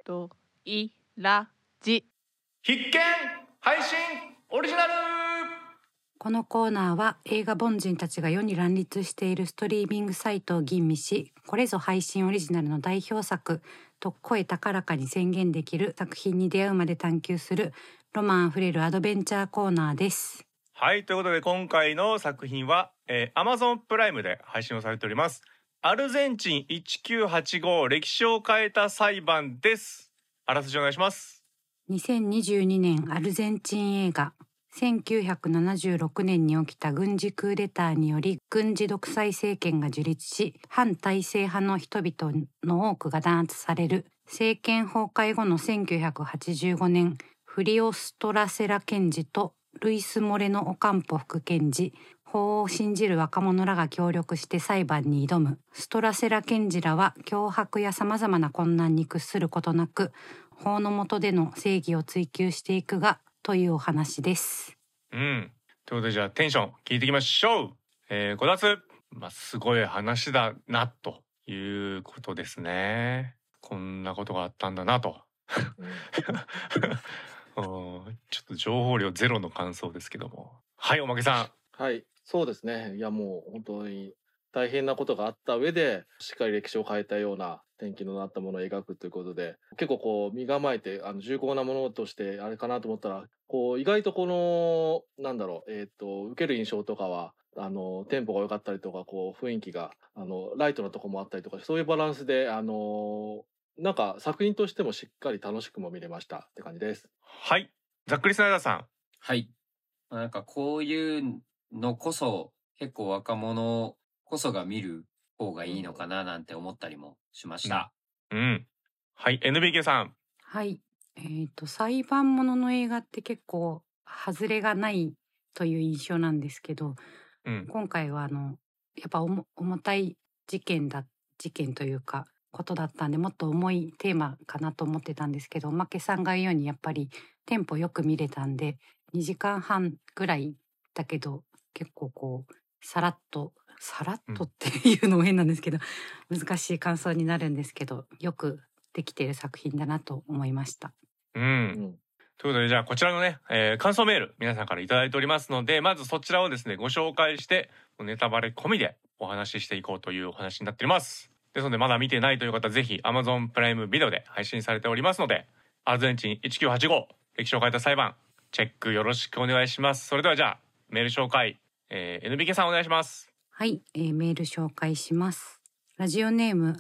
といらじ必見配信オリジナル。 このコーナーは映画凡人たちが世に乱立しているストリーミングサイトを吟味し、これぞ配信オリジナルの代表作と声高らかに宣言できる作品に出会うまで探求するロマンあふれるアドベンチャーコーナーです。 はい、ということで今回の作品は、Amazon プライムで配信をされておりますアルゼンチン1985歴史を変えた裁判です。あらすじお願いします。 2022年アルゼンチン映画。1976年に起きた軍事クーデターにより軍事独裁政権が樹立し、反体制派の人々の多くが弾圧される。政権崩壊後の1985年、フリオ・ストラセラ検事とルイス・モレノ・オカンポ副検事、法を信じる若者らが協力して裁判に挑む。ストラセラ検事らは脅迫や様々な困難に屈することなく、法の下での正義を追求していくが、というお話です。 ということでじゃあテンション聞いていきましょう。こたつ、すごい話だなということですね。こんなことがあったんだなと。ちょっと情報量ゼロの感想ですけども。はい、おまけさん。 はい、そうですね。いやもう本当に大変なことがあった上でしっかり歴史を変えたような転機のなったものを描くということで、結構こう身構えて重厚なものとしてあれかなと思ったら、こう意外とこの受ける印象とかはテンポが良かったりとか、こう雰囲気がライトなとこもあったりとか、そういうバランスでなんか作品としてもしっかり楽しくも見れましたって感じです。 はい、ざっくりスナイダーさん。 はい、なんかこういうのこそ結構若者こそが見る方がいいのかななんて思ったりもしました。 はい、NBK さん。 はい、裁判ものの映画って結構外れがないという印象なんですけど、今回はやっぱ重たい事件というかことだったんで、もっと重いテーマかなと思ってたんですけど、おまけさんが言うようにやっぱりテンポよく見れたんで、2時間半ぐらいだけど結構こうさらっとっていうのも変なんですけど、難しい感想になるんですけど、よくできている作品だなと思いました。 ということでじゃあこちらのね、感想メール皆さんからいただいておりますので、まずそちらをですねご紹介してネタバレ込みでお話ししていこうというお話になっております。ですのでまだ見てないという方、ぜひ Amazon プライムビデオで配信されておりますので、アルゼンチン1985歴史を変えた裁判チェックよろしくお願いします。それではじゃあメール紹介、NBK さんお願いします。 はい、メール紹介します。ラジオネーム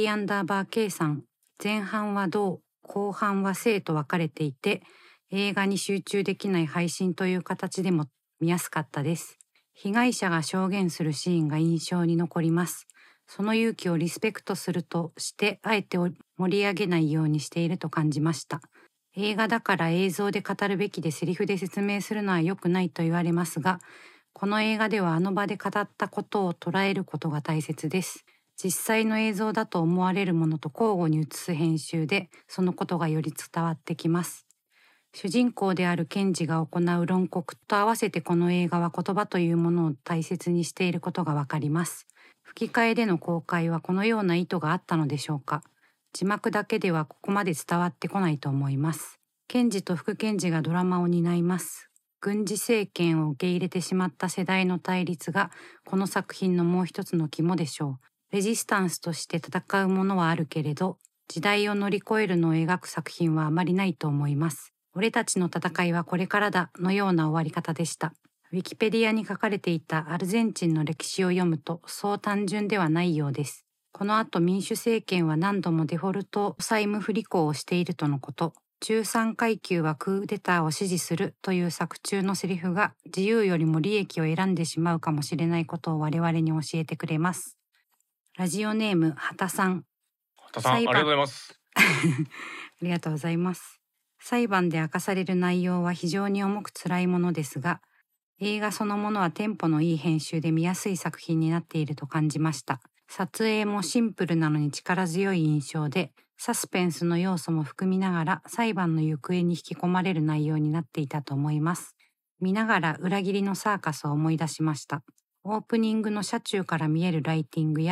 IT_K さん。前半は銅、後半は正と分かれていて、映画に集中できない配信という形でも見やすかったです。被害者が証言するシーンが印象に残ります。その勇気をリスペクトするとして、あえて盛り上げないようにしていると感じました。映画だから映像で語るべきでセリフで説明するのは良くないと言われますが、この映画ではあの場で語ったことを捉えることが大切です。実際の映像だと思われるものと交互に映す編集で、そのことがより伝わってきます。主人公である検事が行う論告と合わせてこの映画は言葉というものを大切にしていることがわかります。吹き替えでの公開はこのような意図があったのでしょうか。字幕だけではここまで伝わってこないと思います。検事と副検事がドラマを担います。軍事政権を受け入れてしまった世代の対立がこの作品のもう一つの肝でしょう。レジスタンスとして戦うものはあるけれど、時代を乗り越えるのを描く作品はあまりないと思います。俺たちの戦いはこれからだのような終わり方でした。ウィキペディアに書かれていたアルゼンチンの歴史を読むとそう単純ではないようです。この後民主政権は何度もデフォルト債務不履行をしているとのこと。中産階級はクーデターを支持するという作中のセリフが自由よりも利益を選んでしまうかもしれないことを我々に教えてくれます。ラジオネーム畑さん。 畑さん、ありがとうございます。 ありがとうございます。裁判で明かされる内容は非常に重く辛いものですが、映画そのものはテンポのいい編集で見やすい作品になっていると感じました。撮影もシンプルなのに力強い印象で、サスペンスの要素も含みながら裁判の行方に引き込まれる内容になっていたと思います。見ながら裏切りのサーカスを思い出しました。オープニングの車中から見えるライティングや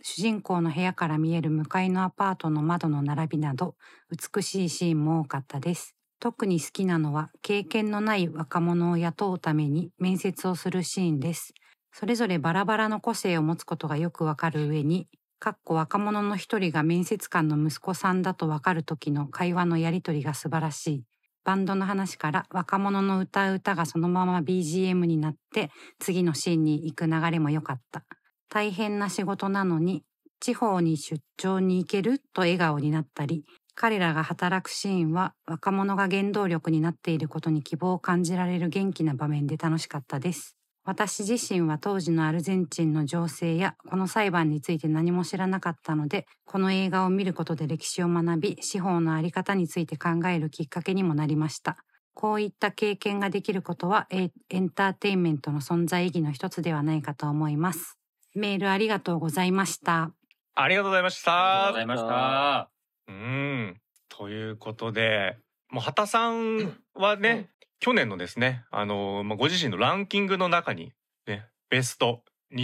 主人公の部屋から見える向かいのアパートの窓の並びなど美しいシーンも多かったです。特に好きなのは経験のない若者を雇うために面接をするシーンです。それぞれバラバラの個性を持つことがよくわかる上に、若者の一人が面接官の息子さんだとわかる時の会話のやりとりが素晴らしい。バンドの話から若者の歌う歌がそのまま BGM になって次のシーンに行く流れも良かった。大変な仕事なのに地方に出張に行けると笑顔になったり、彼らが働くシーンは若者が原動力になっていることに希望を感じられる元気な場面で楽しかったです。私自身は当時のアルゼンチンの情勢やこの裁判について何も知らなかったので、この映画を見ることで歴史を学び、司法のあり方について考えるきっかけにもなりました。こういった経験ができることはエンターテインメントの存在意義の一つではないかと思います。メールありがとうございました。 ありがとうございましありがとうごた。 ざいました。 ということで、もう畑さんはね、去年のですね、ご自身のランキングの中にね、ベスト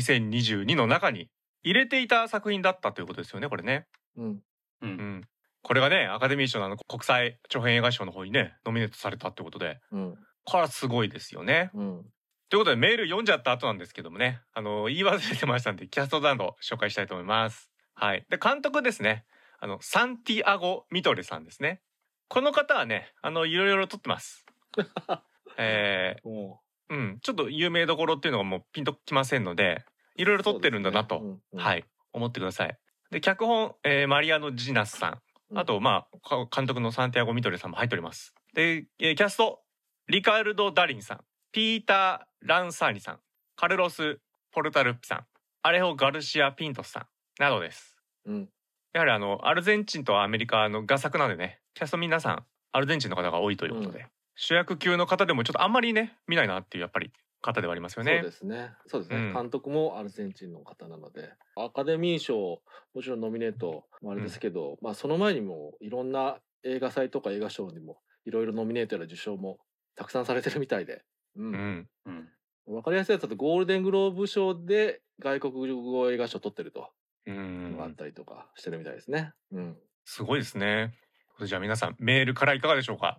2022の中に入れていた作品だったということですよね、これね。これがね、アカデミー賞の国際長編映画賞の方にね、ノミネートされたってことで、これはすごいですよね。ということでメール読んじゃった後なんですけどもね、言い忘れてましたんでキャストなど紹介したいと思います。はい。で、監督ですね。サンティアゴ・ミトレさんですね。この方はね、いろいろ撮ってます。ちょっと有名どころっていうのがもうピンときませんので、いろいろ撮ってるんだなと、はい、思ってください。で、脚本、マリアノ・ジナスさん、あと監督のサンティアゴ・ミトレさんも入っております。で、キャスト、リカルド・ダリンさん、ピーター・ランサーニさん、カルロス・ポルタルッピさん、アレホ・ガルシア・ピントスさんなどです。やはりアルゼンチンとアメリカの合作なんでね、キャスト皆さんアルゼンチンの方が多いということで、主役級の方でもちょっとあんまりね見ないなっていうやっぱり方ではありますよね。 そうですね、監督もアルゼンチンの方なので、アカデミー賞もちろんノミネートもあれですけど、その前にもいろんな映画祭とか映画賞にもいろいろノミネートや受賞もたくさんされてるみたいで、わかりやすいやつだとゴールデングローブ賞で外国語映画賞取ってるとのがあったりとかしてるみたいですね。 すごいですね。じゃあ皆さんメールからいかがでしょうか。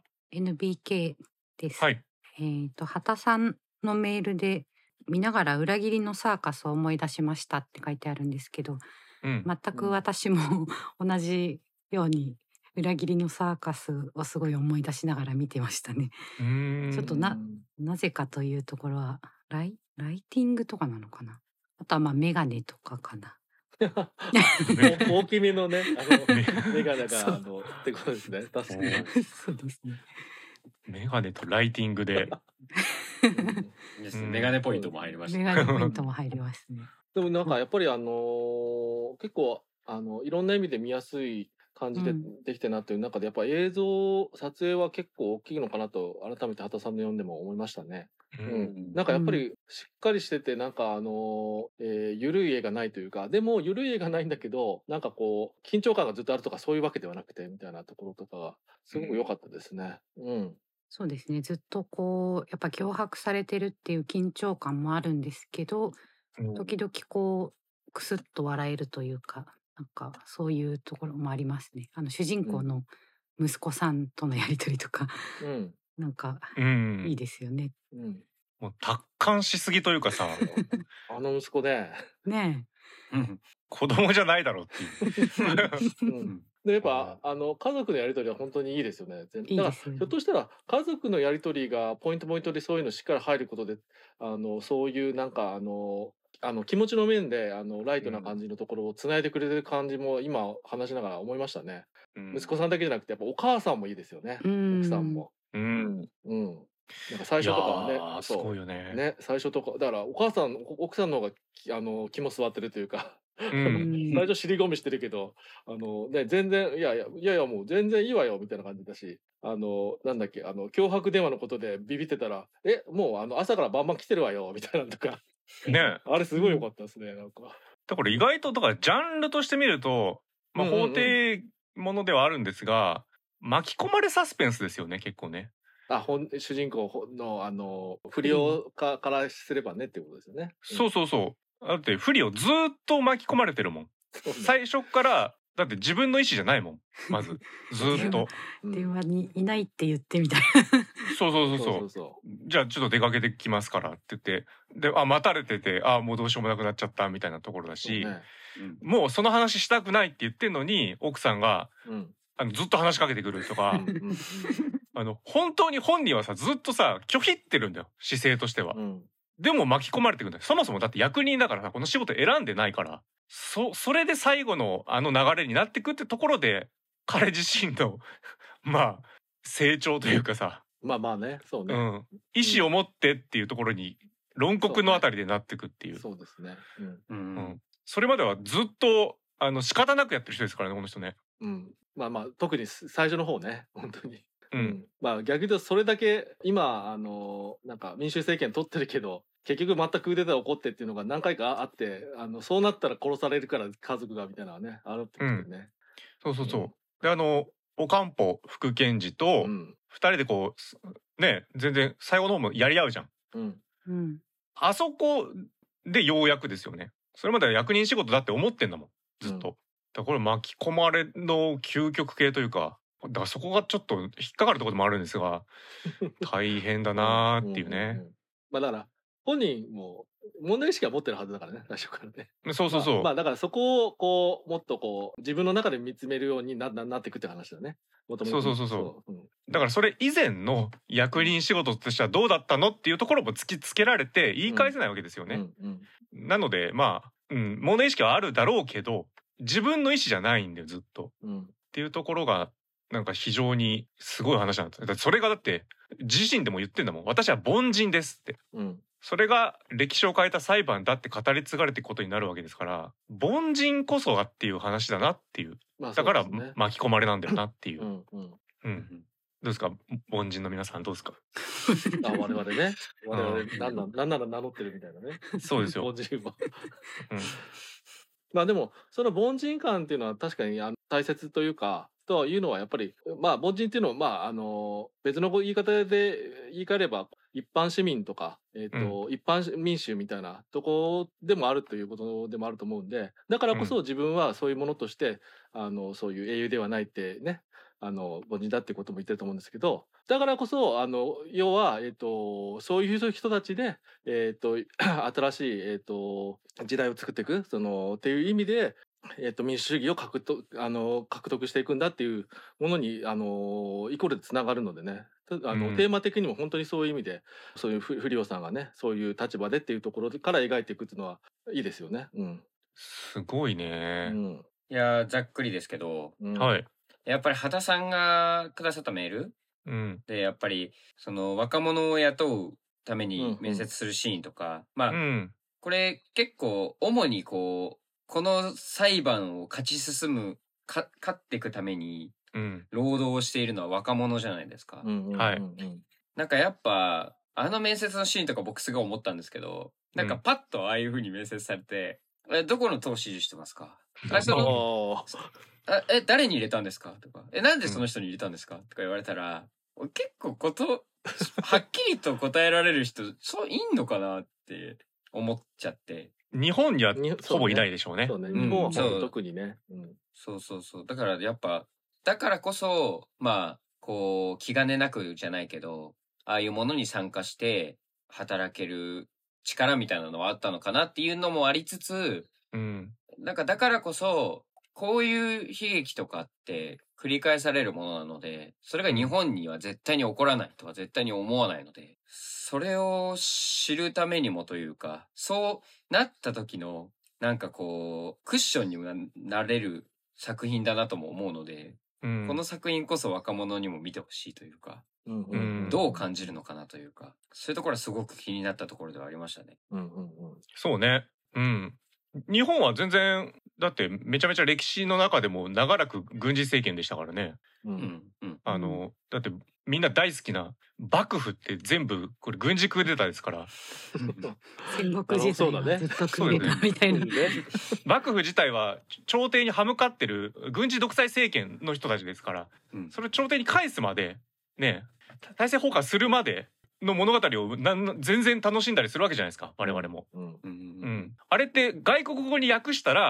NBK です。 はい。 畑さんのメールで見ながら裏切りのサーカスを思い出しましたって書いてあるんですけど、全く私も同じように裏切りのサーカスをすごい思い出しながら見てましたね。ちょっとなぜかというところはライティングとかなのかな、あとはメガネとかかな。 大きめのね、メガネがってことですね。確かに。 そうですね。 メガネとライティングでメガネポイントも入りました。 メガネポイントも入りますね。 でもなんかやっぱり結構いろんな意味で見やすい感じでできてるなという中で、やっぱ映像撮影は結構大きいのかなと改めて畑さんの読んでも思いましたね。なんかやっぱりしっかりしてて、なんか緩い絵がないというか、でも緩い絵がないんだけど、なんかこう緊張感がずっとあるとかそういうわけではなくてみたいなところとかがすごく良かったですね。 そうですね。ずっとこうやっぱ脅迫されてるっていう緊張感もあるんですけど、時々こうクスッと笑えるというか、なんかそういうところもありますね。主人公の息子さんとのやりとりとか、なんかいいですよね。 もう達観しすぎというかさ、 息子ね。 子供じゃないだろうっていう。 でやっぱ家族のやり取りは本当にいいですよね。だからひょっとしたら家族のやり取りがポイントでそういうのしっかり入ることで、そういうなんか気持ちの面でライトな感じのところをつないでくれてる感じも今話しながら思いましたね。息子さんだけじゃなくてやっぱお母さんもいいですよね。奥さんも。なんか最初とかはね、 すごいよね。 ね、最初とかだから奥さんの方が肝据わってるというか。最初尻込みしてるけど全然いやもう全然いいわよみたいな感じだし、なんだっけ脅迫電話のことでビビってたらもう朝からバンバン来てるわよみたいなのとかね、あれすごい良かったですね。なんかだから意外とジャンルとして見ると法廷ものではあるんですが、巻き込まれサスペンスですよね、結構ね。 主人公の不良からすればねっていうことですよね。 そうだって不利をずっと巻き込まれてるもん。 最初からだって自分の意思じゃないもんまずずっと電話にいないって言ってみたいそうじゃあちょっと出かけてきますからって言ってで待たれててもうどうしようもなくなっちゃったみたいなところだし、もうその話したくないって言ってんのに奥さんが、ずっと話しかけてくるとか本当に本人はさずっとさ拒否ってるんだよ姿勢としては、でも巻き込まれてくるんだよ。そもそもだって役人だからさこの仕事選んでないからそれで最後の流れになってくってところで彼自身のまあ成長というかさまあねそうね、 意思を持ってっていうところに論告のあたりでなってくっていう。 そうですね。 それまではずっと仕方なくやってる人ですからねこの人ね。 まあ特に最初の方ね本当に。まあ逆に言うとそれだけ今なんか民主政権取ってるけど結局全くクーデター起こってっていうのが何回かあってそうなったら殺されるから家族がみたいなねあるってことでね。 そうでオカンポ副検事と2人でこうね全然最後の方もやり合うじゃん。あそこでようやくですよね。それまでは役人仕事だって思ってんだもんずっと。だからこれ巻き込まれの究極系というかだからそこがちょっと引っかかるところでもあるんですが大変だなーっていうね。 まあだから本人も問題意識は持ってるはずだからね最初からね。 そうまあだからそこをこうもっとこう自分の中で見つめるようになっていくって話だね。 そうだからそれ以前の役人仕事としてはどうだったのっていうところも突きつけられて言い返せないわけですよね。なのでまあ問題意識はあるだろうけど自分の意思じゃないんだよずっと、っていうところがなんか非常にすごい話なんです。だってそれがだって自身でも言ってんだもん私は凡人ですって、それが歴史を変えた裁判だって語り継がれていくことになるわけですから凡人こそがっていう話だなっていう、だから巻き込まれなんだよなっていう。どうですか凡人の皆さんどうですか我々ね我々なんなら名乗ってるみたいなね。 そうですよ凡人は。まあでもその凡人感っていうのは確かに大切というかというのはやっぱりまあ凡人っていうのはまあ別の言い方で言い換えれば一般市民とか一般民衆みたいなとこでもあるということでもあると思うんでだからこそ自分はそういうものとしてそういう英雄ではないってね凡人だっていうことも言ってると思うんですけどだからこそ要はそういう人たちで新しい時代を作っていくっていう意味で民主主義を獲得していくんだっていうものにイコールでつながるのでねテーマ的にも本当にそういう意味でそういうフリオさんがねそういう立場でっていうところから描いていくっていうのはいいですよね。 すごいね。 いやざっくりですけど、やっぱり畑さんがくださったメール、でやっぱりその若者を雇うために面接するシーンとか、まあ、これ結構主にこの裁判を勝ち進む勝っていくために労働をしているのは若者じゃないですか。なんかやっぱ面接のシーンとか僕すごい思ったんですけどなんかパッとああいう風に面接されてどこの党支持してますか誰に入れたんですかとかなんでその人に入れたんですかとか言われたら結構はっきりと答えられる人そういんのかなって思っちゃって日本にはほぼいないでしょうね。 日本は特にね。 そうだからやっぱだからこそまあこう気兼ねなくじゃないけどああいうものに参加して働ける力みたいなのはあったのかなっていうのもありつつ、なんかだからこそこういう悲劇とかって繰り返されるものなのでそれが日本には絶対に起こらないとは絶対に思わないのでそれを知るためにもというかそうなった時のなんかこうクッションにもなれる作品だなとも思うので、この作品こそ若者にも見てほしいというか、どう感じるのかなというかそういうところはすごく気になったところではありましたね。 そうね。日本は全然だってめちゃめちゃ歴史の中でも長らく軍事政権でしたからね。だってみんな大好きな幕府って全部これ軍事クーデターですから戦国時代はずっとクーデターみたいな、 幕府自体は朝廷に歯向かってる軍事独裁政権の人たちですから、それを朝廷に返すまでね体制崩壊するまでの物語を全然楽しんだりするわけじゃないですか我々も。あれって外国語に訳したら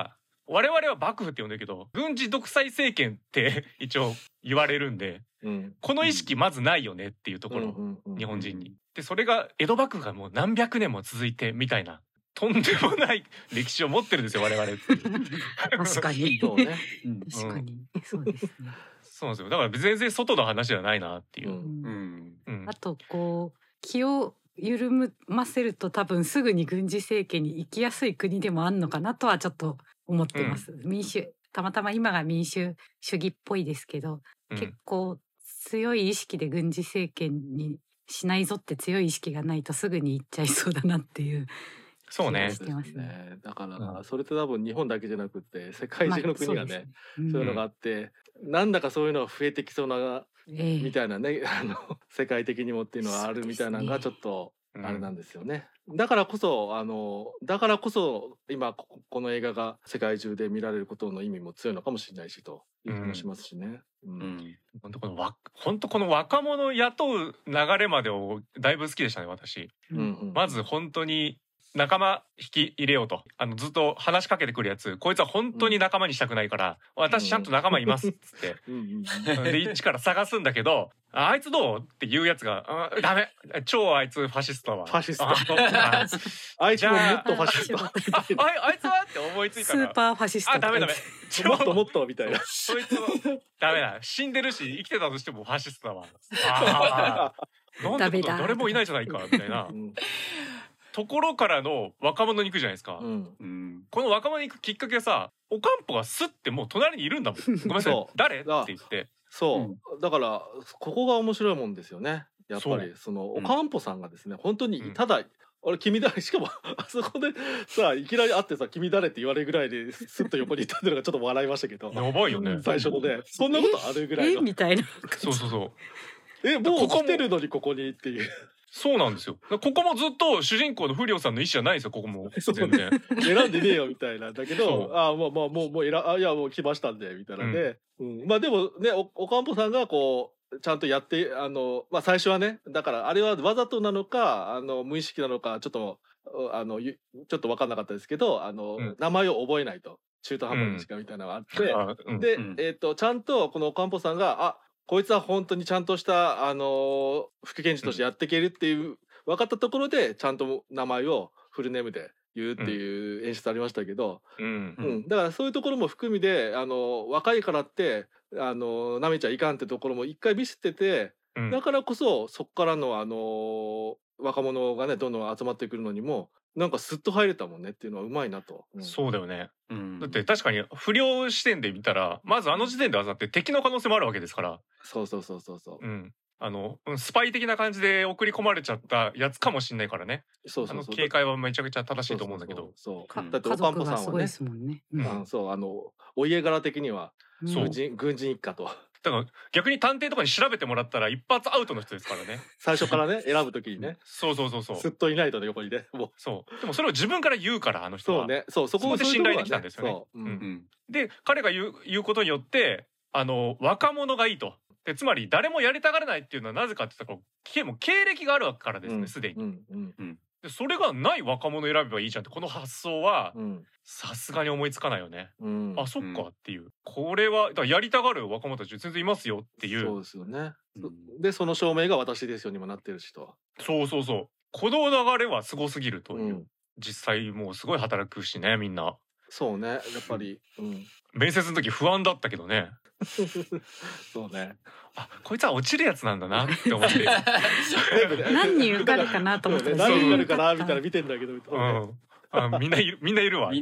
我々は幕府って呼んでるけど軍事独裁政権って一応言われるんで、この意識まずないよねっていうところ、日本人に。でそれが江戸幕府がもう何百年も続いてみたいなとんでもない歴史を持ってるんですよ我々って確かにそうね。 確かにそうですね。 そうなんですよ。だから全然外の話じゃないなっていう。 あとこう気を緩ませると多分すぐに軍事政権に行きやすい国でもあんのかなとはちょっと思ってます。民主たまたま今が民主主義っぽいですけど、結構強い意識で軍事政権にしないぞって強い意識がないとすぐに行っちゃいそうだなっていう。 そうね。 だからそれって多分日本だけじゃなくて世界中の国がね、そういうのがあって、なんだかそういうのが増えてきそうなみたいなね、世界的にもっていうのはあるみたいなのがちょっとあれなんですよね。だからこそ今この映画が世界中で見られることの意味も強いのかもしれないしという気もしますしね。 本当この若者雇う流れまでをだいぶ好きでしたね私。まず本当に仲間引き入れようとずっと話しかけてくるやつ、こいつは本当に仲間にしたくないから、私ちゃんと仲間いますっつってで一から探すんだけど、あいつどうっていうやつがダメ、超あいつファシストだわ、 ファシストあいつももっとファシストあいつはって思いついたらスーパーファシスト、 ダメもっとみたいなそいつはダメだ、死んでるし生きてたとしてもファシストだわなんで誰もいないじゃないかみたいなところからの若者に行くじゃないですか。この若者に行くきっかけはさ、おかんぽがスッてもう隣にいるんだもん。ごめんなさい、誰って言って。 そうだからここが面白いもんですよね。やっぱりそのおかんぽさんがですね、本当にただ俺君誰、しかもあそこでさいきなり会ってさ君誰って言われるぐらいでスッと横にいたっていうのがちょっと笑いましたけど。 やばいよね。 最初のね、そんなことあるぐらいのみたいな。 そうもう来てるのにここにっていう。 そうなんですよ。ここもずっと主人公の不良さんの意思じゃないんですよ。ここも全然選んでねえよみたいなだけど、もういやもう来ましたんでみたいなね。まあでもね、おかんぽさんがこうちゃんとやって最初はね、だからあれはわざとなのか無意識なのかちょっと分かんなかったですけど名前を覚えないと中途半端にしかみたいなのがあって、でちゃんとこのおかんぽさんがこいつは本当にちゃんとした副検事としてやっていけるっていう分かったところでちゃんと名前をフルネームで言うっていう演出ありましたけど、だからそういうところも含みで若いからってなめちゃいかんってところも一回見せてて、だからこそそこからの若者がねどんどん集まってくるのにもなんかスッと入れたもんねっていうのはうまいなと。 そうだよね。だって確かに不良視点で見たらまず時点で当たって敵の可能性もあるわけですから。 そうスパイ的な感じで送り込まれちゃったやつかもしれないからね。警戒はめちゃくちゃ正しいと思うんだけど。 だっておかんぽさんはね、お家柄的には軍人一家と。 だから逆に探偵とかに調べてもらったら一発アウトの人ですからね。 最初からね選ぶときにね。 そうすっといないとね横にね。 でもそれを自分から言うから人は。そこで信頼できたんですよね。で彼が言うことによって若者がいいと。でつまり誰もやりたがらないっていうのはなぜかって言ったらもう経歴があるからですねすでに。でそれがない若者選べばいいじゃんってこの発想はさすがに思いつかないよね。そっかっていう、これはだからやりたがる若者たち全然いますよっていう。 そうですよね。でその証明が私ですよにもなってるしと。 そうこの流れはすごすぎるという、実際もうすごい働くしねみんな。 そうねやっぱり、 面接の時不安だったけどね。 そうね。 こいつは落ちるやつなんだなって思って。 何人受かるかなと思って。 何人受かるかなみたいな見てんだけど。 みんないるわ。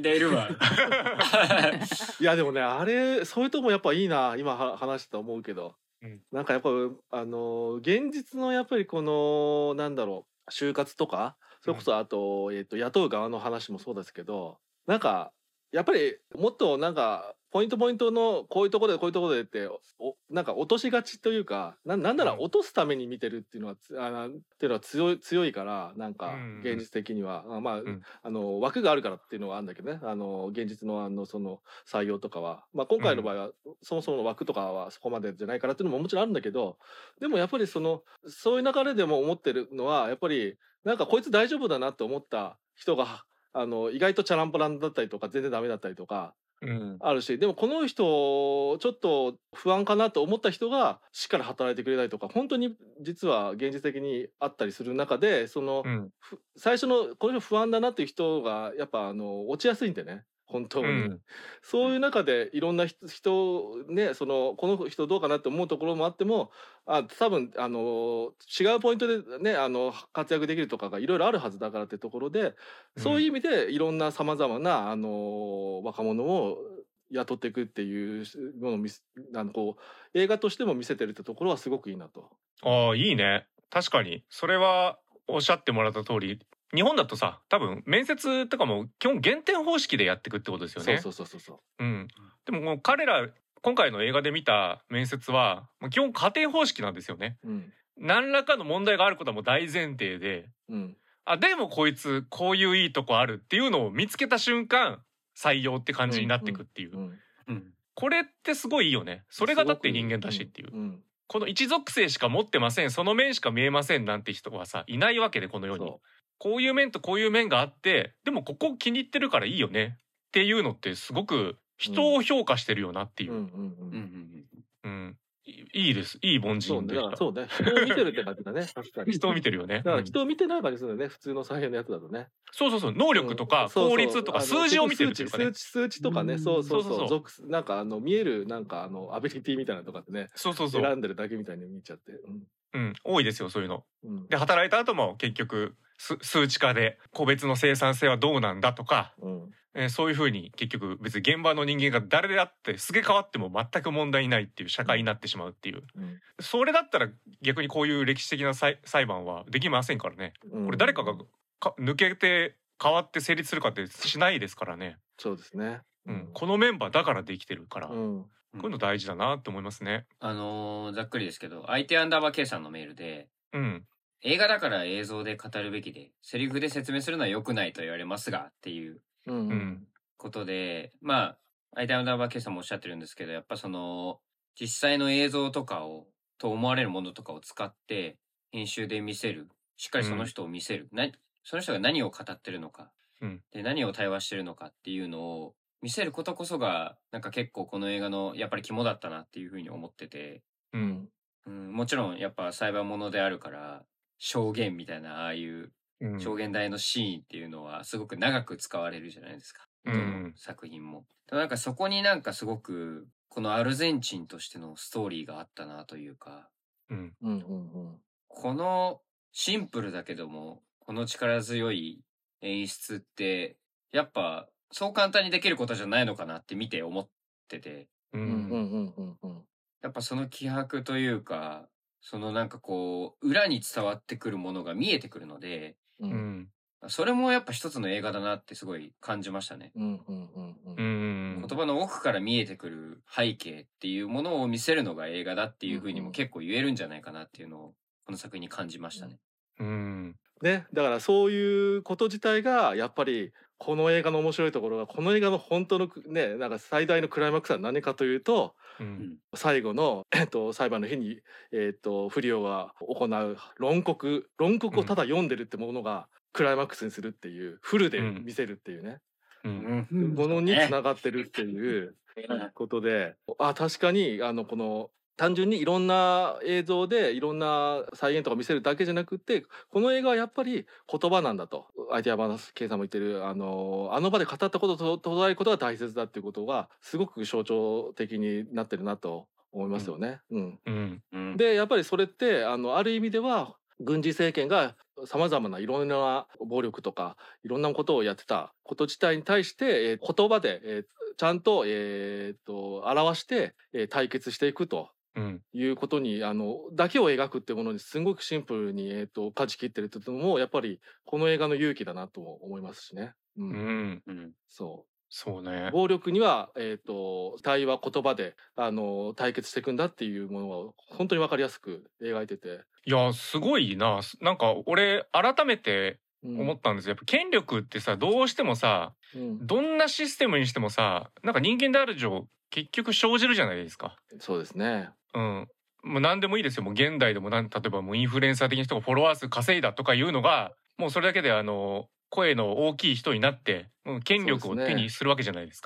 いやでもねそういうとこもやっぱいいな今話してて思うけど、なんかやっぱ現実のやっぱりこのなんだろう就活とかそれこそあと雇う側の話もそうですけど、なんかやっぱりもっとなんかポイントのこういうところでってなんか落としがちというかなんなら落とすために見てるっていうのは強いからなんか現実的には枠があるからっていうのはあるんだけどね現実のその採用とかは今回の場合はそもそもの枠とかはそこまでじゃないからっていうのももちろんあるんだけど、でもやっぱりそういう流れでも思ってるのはやっぱりなんかこいつ大丈夫だなって思った人が意外とチャランポランだったりとか全然ダメだったりとかうんあるし、でもこの人ちょっと不安かなと思った人がしっかり働いてくれたりとか、本当に実は現実的にあったりする中で、 うん最初のこの人不安だなっていう人がやっぱ落ちやすいんでね、本当に。 うんそういう中でいろんな人ね、この人どうかなって思うところもあっても、多分違うポイントでね活躍できるとかがいろいろあるはずだからってところで、そういう意味でいろんなさまざまな若者を雇っていくっていうものを映画としても見せてるってところはすごくいいなと。 ああいいね。確かにそれはおっしゃってもらった通り、日本だとさ多分面接とかも基本減点方式でやっていくってことですよね。 そう。 うん、でももう彼ら今回の映画で見た面接はもう基本家庭方式なんですよね。 うん何らかの問題があることはもう大前提で、 うんでもこいつこういういいとこあるっていうのを見つけた瞬間採用って感じになっていくっていう、 うんうんこれってすごいいいよね。それがだって人間だしっていう、 うんこの一属性しか持ってません、その面しか見えませんなんて人はさいないわけで、この世にそこういう面とこういう面があって、でもここ気に入ってるからいいよねっていうのってすごく人を評価してるよなっていうう、 うんうんいいです。いい凡そうね、だ人でした。 からそうね、人を見てるって感じだね、確かに。 人を見てるよね。 だから人を見てない感じするよね、普通の採用のやつだとね。 そう能力とか効率とか数字を見てるっていうかね。 数値とかね、そうなんか見えるなんかアビリティみたいなのとかってね、 そう選んでるだけみたいに見ちゃって。 多いですよそういうの。 うんで働いた後も結局数値化で個別の生産性はどうなんだとか、そういうふうに結局別に現場の人間が誰であってすげ替わっても全く問題ないっていう社会になってしまうっていう、それだったら逆にこういう歴史的な裁判はできませんからね。これ誰かが抜けて変わって成立するかってしないですからね。 そうですね。 このメンバーだからできてるから、こうういうの大事だなって思いますね。 ざっくりですけど IT_K さんのメールで、映画だから映像で語るべきでセリフで説明するのは良くないと言われますがっていうことで、まあIT_K さんもおっしゃってるんですけど、やっぱその実際の映像とかをと思われるものとかを使って編集で見せる、しっかりその人を見せる、その人が何を語ってるのか、で何を対話してるのかっていうのを見せることこそがなんか結構この映画のやっぱり肝だったなっていうふうに思ってて、もちろんやっぱ裁判ものであるから証言みたいなああいう証言台のシーンっていうのはすごく長く使われるじゃないですか、どの作品も。なんかそこになんかすごくこのアルゼンチンとしてのストーリーがあったなというか、このシンプルだけどもこの力強い演出ってやっぱそう簡単にできることじゃないのかなって見て思ってて、やっぱその気迫というかそのなんかこう裏に伝わってくるものが見えてくるので、それもやっぱ一つの映画だなってすごい感じましたね。言葉の奥から見えてくる背景っていうものを見せるのが映画だっていうふうにも結構言えるんじゃないかなっていうのをこの作品に感じましたね。 ね、だからそういうこと自体がやっぱりこの映画の面白いところが、この映画の本当のね、なんか最大のクライマックスは何かというと、最後の、裁判の日に、フリオが行う論告をただ読んでるってものがクライマックスにするっていう、フルで見せるっていうね、ものに繋がってるっていうことで、確かにこの単純にいろんな映像でいろんな再現とか見せるだけじゃなくて、この映画はやっぱり言葉なんだと、IT_Kさんも言ってるあの場で語ったことと捉えることが大切だっていうことがすごく象徴的になってるなと思いますよね。でやっぱりそれってある意味では軍事政権がさまざまないろんな暴力とかいろんなことをやってたこと自体に対して、言葉で、ちゃんと、表して、対決していくということにだけを描くってものにすごくシンプルに、舵切ってるっていうのもやっぱりこの映画の勇気だなと思いますしね。 そうね。 暴力には、対話言葉で対決していくんだっていうものを本当に分かりやすく描いてて、 いやすごいな。なんか俺改めて思ったんですよ。やっぱ権力ってさどうしてもさ、どんなシステムにしてもさなんか人間である以上結局生じるじゃないですか。 そうですね。 もう何でもいいですよ。もう現代でも例えばもうインフルエンサー的な人がフォロワー数稼いだとかいうのがもうそれだけで声の大きい人になって権力を手にするわけじゃないですか。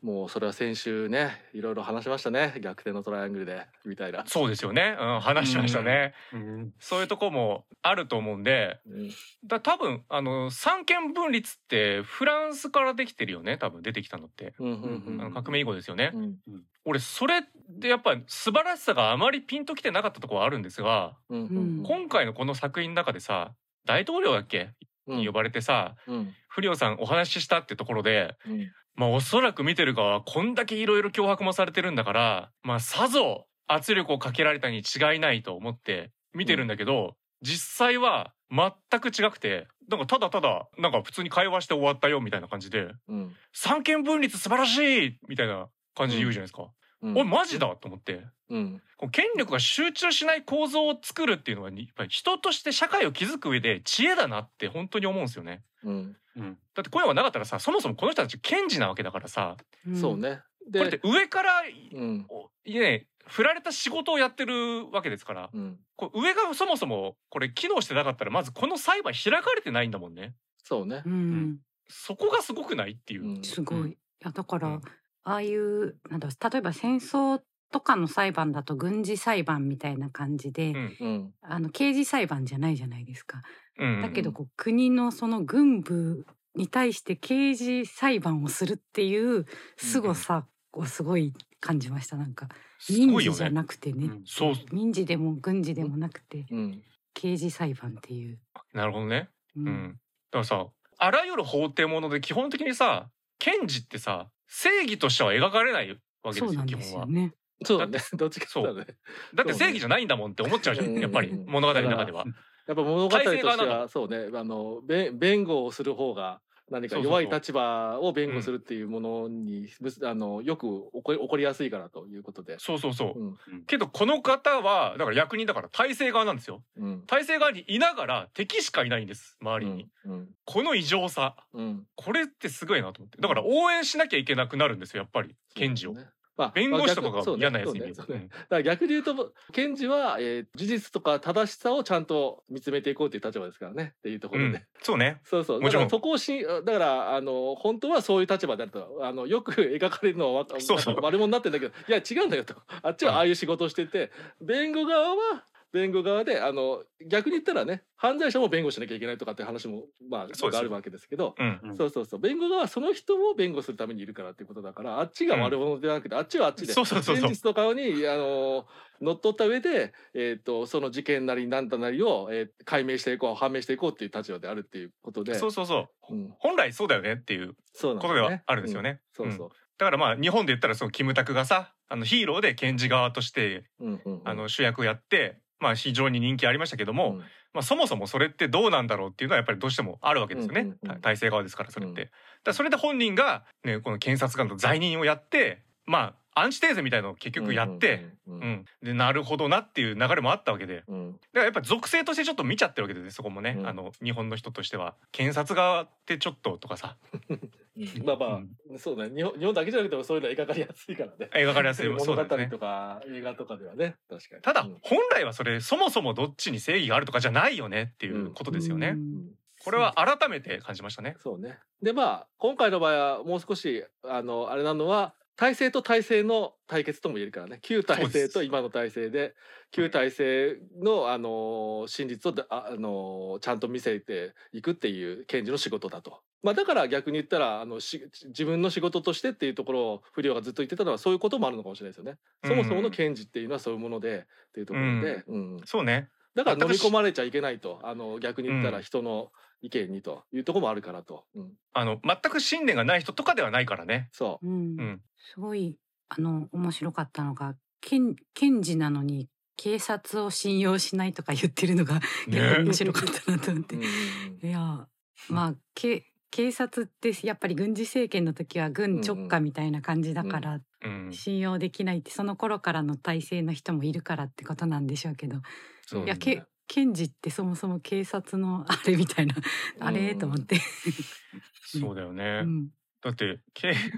もうそれは先週ねいろいろ話しましたね、逆転のトライアングルでみたいな。 そうですよね、話しましたね、そういうとこもあると思うんで、多分三権分立ってフランスからできてるよね、多分出てきたのって、革命以後ですよね、俺それでやっぱり素晴らしさがあまりピンときてなかったところはあるんですが、今回のこの作品の中でさ、大統領だっけに呼ばれてさ、フリオさんお話ししたってところで、まあおそらく見てる側はこんだけいろいろ脅迫もされてるんだから、まあさぞ圧力をかけられたに違いないと思って見てるんだけど、実際は全く違くて、なんかただただなんか普通に会話して終わったよみたいな感じで、三権分立素晴らしいみたいな感じで言うじゃないですか。おいマジだと思って、こう権力が集中しない構造を作るっていうのはやっぱり人として社会を築く上で知恵だなって本当に思うんですよね。だってこういうのがなかったらさ、そもそもこの人たち検事なわけだからさ、 そうね。 これって上からね振られた仕事をやってるわけですから、こう上がそもそもこれ機能してなかったらまずこの裁判開かれてないんだもんね。 そうね。 そこがすごくないっていう。 すごい。いやだから、ああいうなんだ例えば戦争とかの裁判だと軍事裁判みたいな感じで、刑事裁判じゃないじゃないですか。だけどこう国のその軍部に対して刑事裁判をするっていう凄さをすごい感じました。なんか民事じゃなくてね、民事でも軍事でもなくて、刑事裁判っていう。 なるほどね。だからさ、あらゆる法廷もので基本的にさ、検事ってさ正義としては描かれないわけですよ、基本は。 そうだね。どっちかそうだって正義じゃないんだもんって思っちゃうじゃん、やっぱり物語の中では。 やっぱ物語としてはそうね、弁護をする方が何か弱い立場を弁護するっていうものによく起こりやすいからということで。けどこの方はだから役人だから体制側なんですよ。体制側にいながら敵しかいないんです、周りに。この異常さ、これってすごいなと思って。だから応援しなきゃいけなくなるんですよ、やっぱり検事を。弁護士とかが嫌なやつに見える。 だから逆に言うと検事は事実とか正しさをちゃんと見つめていこうという立場ですからねっていうところで。 そうね。 だからそこをだから本当はそういう立場であるとよく描かれるのは悪者になってんだけど、いや違うんだよと。あっちはああいう仕事をしてて、弁護側は弁護側で逆に言ったらね、犯罪者も弁護しなきゃいけないとかって話もあるわけですけど、弁護側はその人を弁護するためにいるからっていうことだから、あっちが悪者ではなくて、あっちはあっちで真実とかに乗っ取った上でその事件なりなんだなりを解明していこう、判明していこうっていう立場であるっていうことで、 本来そうだよねっていうことではあるんですよね。だからまあ日本で言ったらそのキムタクがさヒーローで検事側として主役をやって、まあ非常に人気ありましたけども、まあそもそもそれってどうなんだろうっていうのはやっぱりどうしてもあるわけですよね。体制側ですからそれって。だからそれで本人がねこの検察官の罪人をやって、まあアンチテーゼみたいのを結局やって、でなるほどなっていう流れもあったわけで、だからやっぱり属性としてちょっと見ちゃってるわけです、そこもね。日本の人としては検察側ってちょっととかさ。 まあそうね、日本だけじゃなくてもそういうのは描かれやすいからね。 描かれやすい物語とか映画とかではね、確かに。 ただ本来はそれそもそもどっちに正義があるとかじゃないよねっていうことですよね。これは改めて感じましたね。 そうね。で今回の場合はもう少しあれなのは体制と体制の対決とも言えるからね。旧体制と今の体制で旧体制の真実をちゃんと見せていくっていう検事の仕事だと。だから逆に言ったら自分の仕事としてっていうところを不良がずっと言ってたのはそういうこともあるのかもしれないですよね。そもそもの検事っていうのはそういうものでっていうところで、 そうね。 だから飲み込まれちゃいけないと、逆に言ったら人の意見にというところもあるからと、 全く信念がない人とかではないからね。 すごい面白かったのが検事なのに警察を信用しないとか言ってるのが面白かったなと思って。いやまあ警察ってやっぱり軍事政権の時は軍直下みたいな感じだから信用できないってその頃からの体制の人もいるからってことなんでしょうけど、いや検事ってそもそも警察のあれみたいなあれと思って。 そうだよね。だって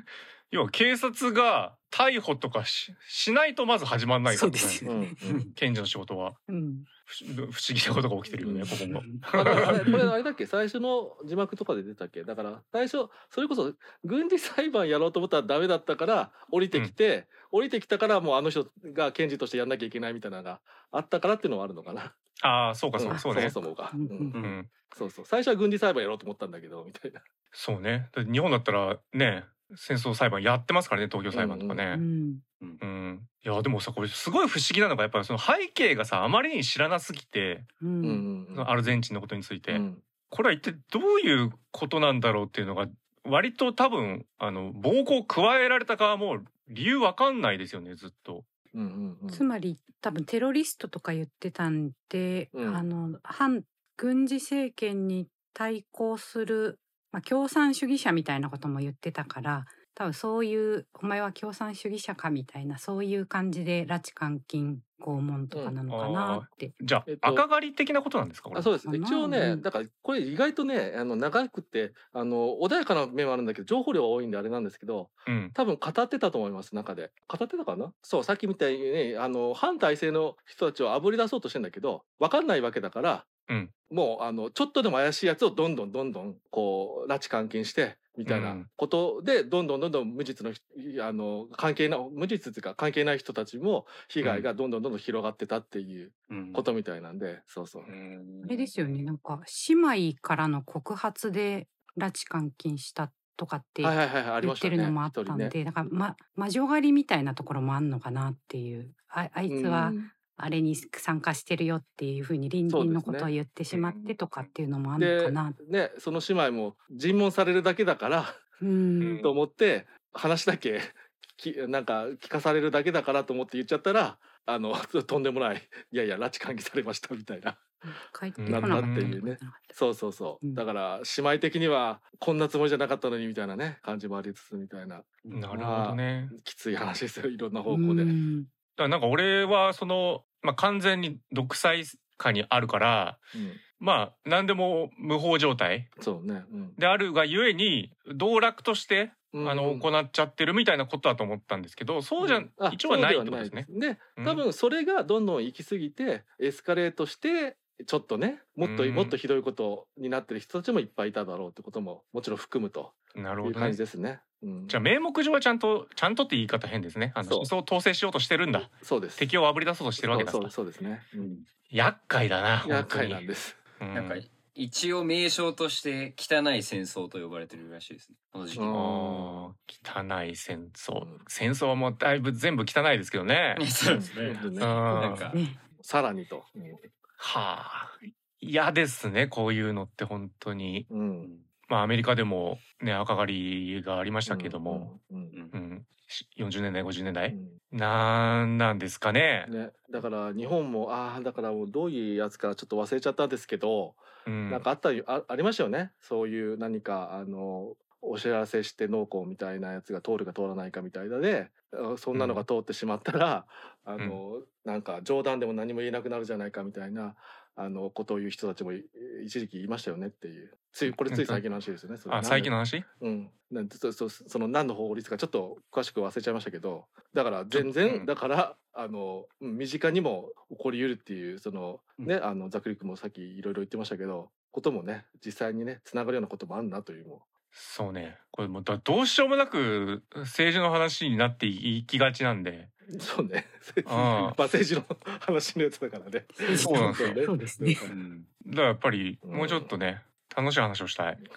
要は警察が逮捕とかしないとまず始まんないからね。 そうですうんよね。 検事の仕事はうん。 不思議なことが起きてるよね、ここも。 あれこれあれだっけ最初の字幕とかで出たっけだから最初それこそ軍事裁判やろうと思ったらダメだったから降りてきて、降りてきたからもうあの人が検事としてやんなきゃいけないみたいなのがあったからっていうのはあるのかな。 ああ、そうかそうか、そうね。 そもそもが、 うんうん、 そうそう最初は軍事裁判やろうと思ったんだけどみたいな。 そうね。だって日本だったらね、戦争裁判やってますからね、東京裁判とかうね。 ん。 いやでもさ、これすごい不思議なのがやっぱりその背景がさあまりに知らなすぎて、 う。 うんんそのアルゼンチンのことについて、 うんこれは一体どういうことなんだろうっていうのが割と多分暴行を加えられた側も理由わかんないですよね、ずっと。 つまり多分テロリストとか言ってたんで、反軍事政権に対抗する、共産主義者みたいなことも言ってたから、多分そういうお前は共産主義者かみたいなそういう感じで拉致監禁拷問とかなのかなって。 じゃあ、赤狩り的なことなんですか、これ。 そうです。一応ね、 うんだからこれ意外とね長くて穏やかな面はあるんだけど情報量は多いんであれなんですけど、多分語ってたと思います中で。語ってたかな。そうさっきみたいにね反体制の人たちをあぶり出そうとしてんだけど分かんないわけだから、もうちょっとでも怪しいやつをどんどんこう拉致監禁してみたいなことで、どんどん無実の無実っていうか関係ない人たちも被害がどんどん広がってたっていうことみたいなんで、そうそう。 あれですよね、なんか姉妹からの告発で拉致監禁したとかって言ってるのもあったんで、だから魔女狩りみたいなところもあんのかなっていう、あいつはあれに参加してるよっていうふうに隣人のことを言ってしまってとかっていうのもあるのかな。 ね、その姉妹も尋問されるだけだからと思って話だけなんか聞かされるだけだからと思って言っちゃったらとんでもないいやいや拉致監禁されましたみたいななったっていうね。そうだから姉妹的にはこんなつもりじゃなかったのにみたいなね感じもありつつみたいな。 なるほどね。 きつい話ですよ、いろんな方向で。 だからなんか俺は完全に独裁下にあるから、何でも無法状態であるがゆえに道楽として行っちゃってるみたいなことだと思ったんですけど、そうじゃ一応はないってことですね。 で多分それがどんどん行き過ぎてエスカレートしてちょっとねもっとひどいことになってる人たちもいっぱいいただろうってことももちろん含むという感じですね。 じゃあ名目上はちゃんとって言い方変ですね。思想を統制しようとしてるんだ。 そうです。 敵をあぶり出そうとしてるわけだ。 そうですね。 厄介だな。 厄介なんです。 なんか一応名称として汚い戦争と呼ばれてるらしいですね、この時期。 汚い戦争。戦争はもうだいぶ全部汚いですけどね。 そうですね。なんかさらにと。 はあ、嫌ですね、こういうのって本当に。アメリカでもね赤狩りがありましたけども、40年代50年代、なんですかね。 だから日本もだからもうどういうやつかちょっと忘れちゃったんですけど、なんかありましたよね。そういう何かお知らせして農耕みたいなやつが通るか通らないかみたいなで、そんなのが通ってしまったらなんか冗談でも何も言えなくなるじゃないかみたいなことを言う人たちも一時期いましたよねっていう。これつい最近の話ですよね。 最近の話？ その何の法律かちょっと詳しく忘れちゃいましたけど、だから全然だから身近にも起こりうるっていうざくりくんもさっきいろいろ言ってましたけどこともね実際にねつながるようなこともあるなというも。 そうね、これもうどうしようもなく政治の話になっていきがちなんで。 そうね。政治の話のやつだからね。 そうなんですよね。 そうですね。 だからやっぱりもうちょっとね楽しい話をしたい。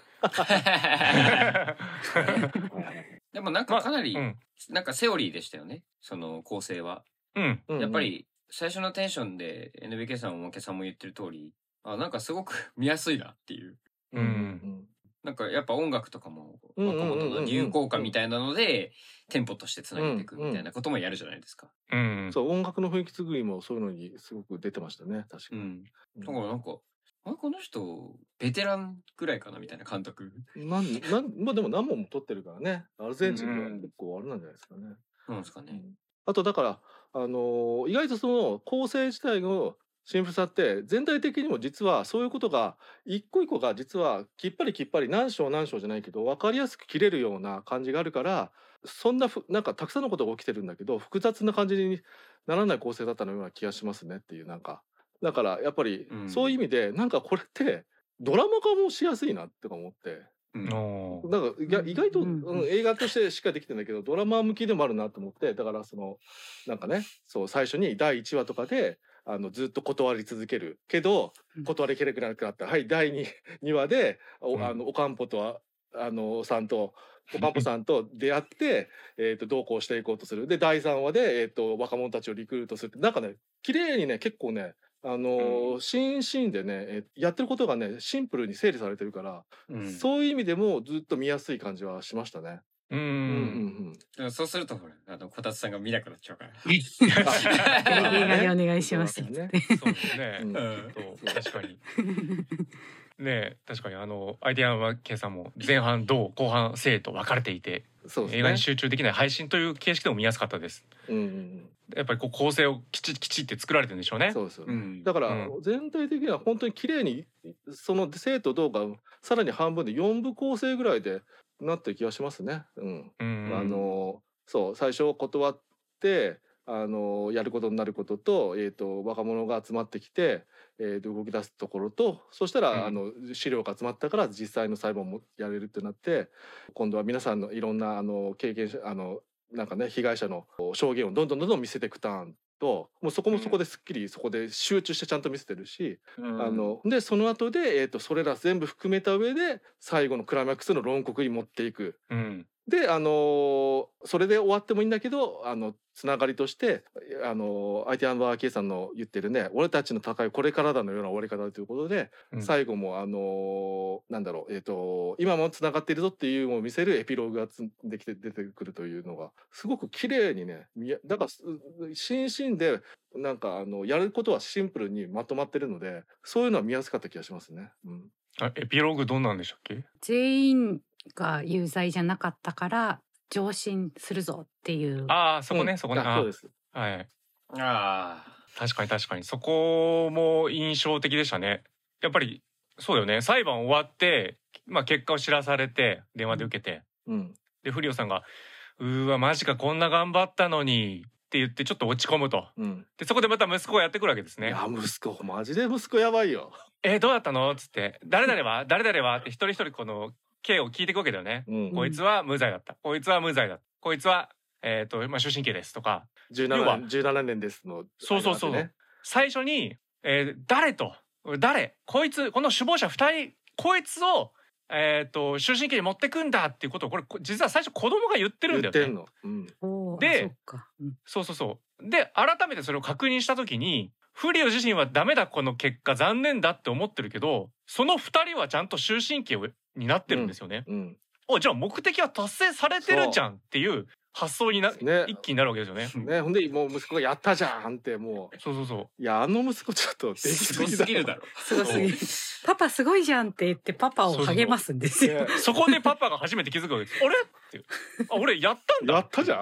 でもなんかかなりなんかセオリーでしたよね、その構成は。やっぱり最初のテンションで NBK さんもおまけさんも言ってる通り、なんかすごく見やすいなっていう。なんかやっぱ音楽とかも若者の流行歌みたいなのでテンポとしてつなげていくみたいなこともやるじゃないですか。 そう音楽の雰囲気作りもそういうのにすごく出てましたね、確かに。 だからなんかこの人ベテランぐらいかなみたいな感覚。 でも何本も撮ってるからね、アルゼンチンは結構あれなんじゃないですかね。 そうですかね。 あとだから意外とその構成自体の貧富差って全体的にも実はそういうことが一個一個が実はきっぱり何章何章じゃないけど分かりやすく切れるような感じがあるから、そんななんかたくさんのことが起きてるんだけど複雑な感じにならない構成だったのような気がしますねっていう。なんかだからやっぱりそういう意味でなんかこれってドラマ化もしやすいなって思って。なんか意外と、映画としてしかできてないけどドラマ向きでもあるなと思って。だからなんかね、そう最初に第1話とかでずっと断り続けるけど断りきれなくなった、はい第 2話でおかんぽとおかんぽさんと出会って、どうこうしていこうとする。で第3話で、若者たちをリクルートするって、なんかね綺麗にね結構ねシーンでね、やってることがねシンプルに整理されてるから、そういう意味でもずっと見やすい感じはしましたね。 そうするとほらこたつさんが見なくなっちゃうから。 映画でお願いしますって。 そうですね。確かに。ね、確かにITアンバーKさんも前半同後半正と分かれていて、映画に集中できない配信という形式でも見やすかったです。やっぱり構成をきちって作られてるんでしょうね。 そうですよね。だから全体的には本当に綺麗にその正と同がさらに半分で4部構成ぐらいでなってる気がしますね。そう最初断ってやることになることと、若者が集まってきて、動き出すところと、そしたら、資料が集まったから実際の裁判もやれるってなって、今度は皆さんのいろんな経験者なんかね被害者の証言をどんどん見せていくターンと、もうそこもそこですっきりそこで集中してちゃんと見せてるし、でその後で、それら全部含めた上で最後のクライマックスの論告に持っていく。でそれで終わってもいいんだけどつながりとしてITアンバーKさんの言ってるね俺たちの戦いこれからだのような終わり方ということで、最後もなんだろう今もつながっているぞっていうのを見せるエピローグが出てくるというのがすごく綺麗にね、だからシーンでなんかやることはシンプルにまとまってるので、そういうのは見やすかった気がしますね。 エピローグどんなんでしたっけ？ 全員が有罪じゃなかったから上申するぞっていう。 そこね。 そうです。 はい。確かにそこも印象的でしたね。やっぱりそうだよね。裁判終わって、結果を知らされて電話で受けて、でフリオさんがうわマジかこんな頑張ったのにって言ってちょっと落ち込むと、でそこでまた息子がやってくるわけですね。 いや息子マジで息子やばいよ。 どうだったのっつって誰々はって一人一人この刑を聞いていくわけだよね。こいつは無罪だった。こいつは無罪だった。こいつは終身刑ですとか。 17年ですの。 そう。最初に誰こいつこの首謀者2人こいつを終身刑に持ってくんだっていうことをこれ実は最初子供が言ってるんだよね。で、で改めてそれを確認した時にフリオ自身はダメだこの結果残念だって思ってるけど、その2人はちゃんと終身刑になってるんですよね。じゃあ目的は達成されてるじゃんっていう発想に一気になるわけですよね。 ほんでもう息子がやったじゃんってもう。いや息子ちょっとすごすぎるだろ。 すごすぎる。パパすごいじゃんって言ってパパを励ますんですよ。 そこでパパが初めて気づくわけです。あれって俺やったんだ。 やったじゃん。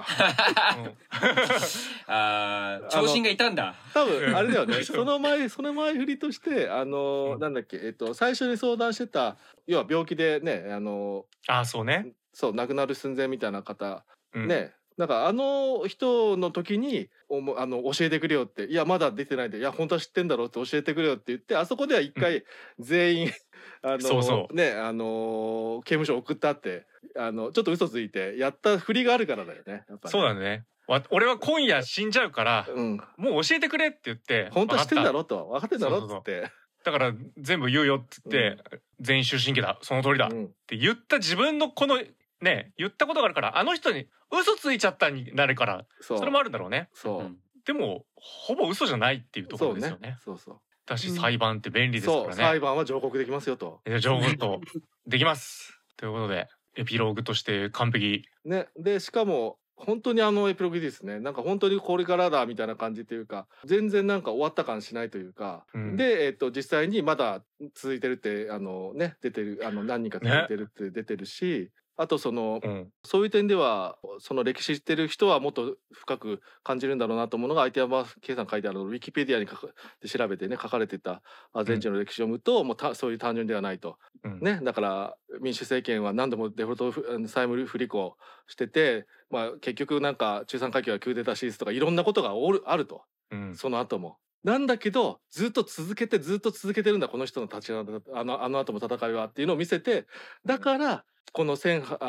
長身がいたんだ。 多分あれだよね。その前振りとしてなんだっけ最初に相談してた要は病気でねそう亡くなる寸前みたいな方ね。なんか人の時に教えてくれよって、いやまだ出てないんで、いや本当は知ってんだろうって教えてくれよって言って、あそこでは一回全員ね刑務所送ったってちょっと嘘ついてやった振りがあるからだよね。やっぱそうだね。俺は今夜死んじゃうから、もう教えてくれって言って、 本当は知ってんだろと分かってんだろっつって、 だから全部言うよって言って、全員終身刑だその通りだって言った自分のこのね言ったことがあるからあの人に嘘ついちゃったになるからそれもあるんだろうね。でもほぼ嘘じゃないっていうところですよね。だし裁判って便利ですからね。 裁判は上告できますよと。 上告とできますということでエピローグとして完璧ね。でしかも本当にエピローグですね。なんか本当にこれからだみたいな感じというか、全然なんか終わった感しないというか、で実際にまだ続いてるって出てる何人か続いてるって出てるし、 あとそういう点ではその歴史知ってる人はもっと深く感じるんだろうなと思うのがITヤンバーKさん書いてあるウィキペディアにで調べてね書かれてたアルゼンチンの歴史を読むと、もうそういう単純ではないと、ね、だから民主政権は何度もデフォルト債務不履行してて、結局なんか中産階級はクーデターシリーズとかいろんなことがあると、その後も。なんだけどずっと続けてるんだこの人の立ちあの後も戦いはっていうのを見せて、だからこの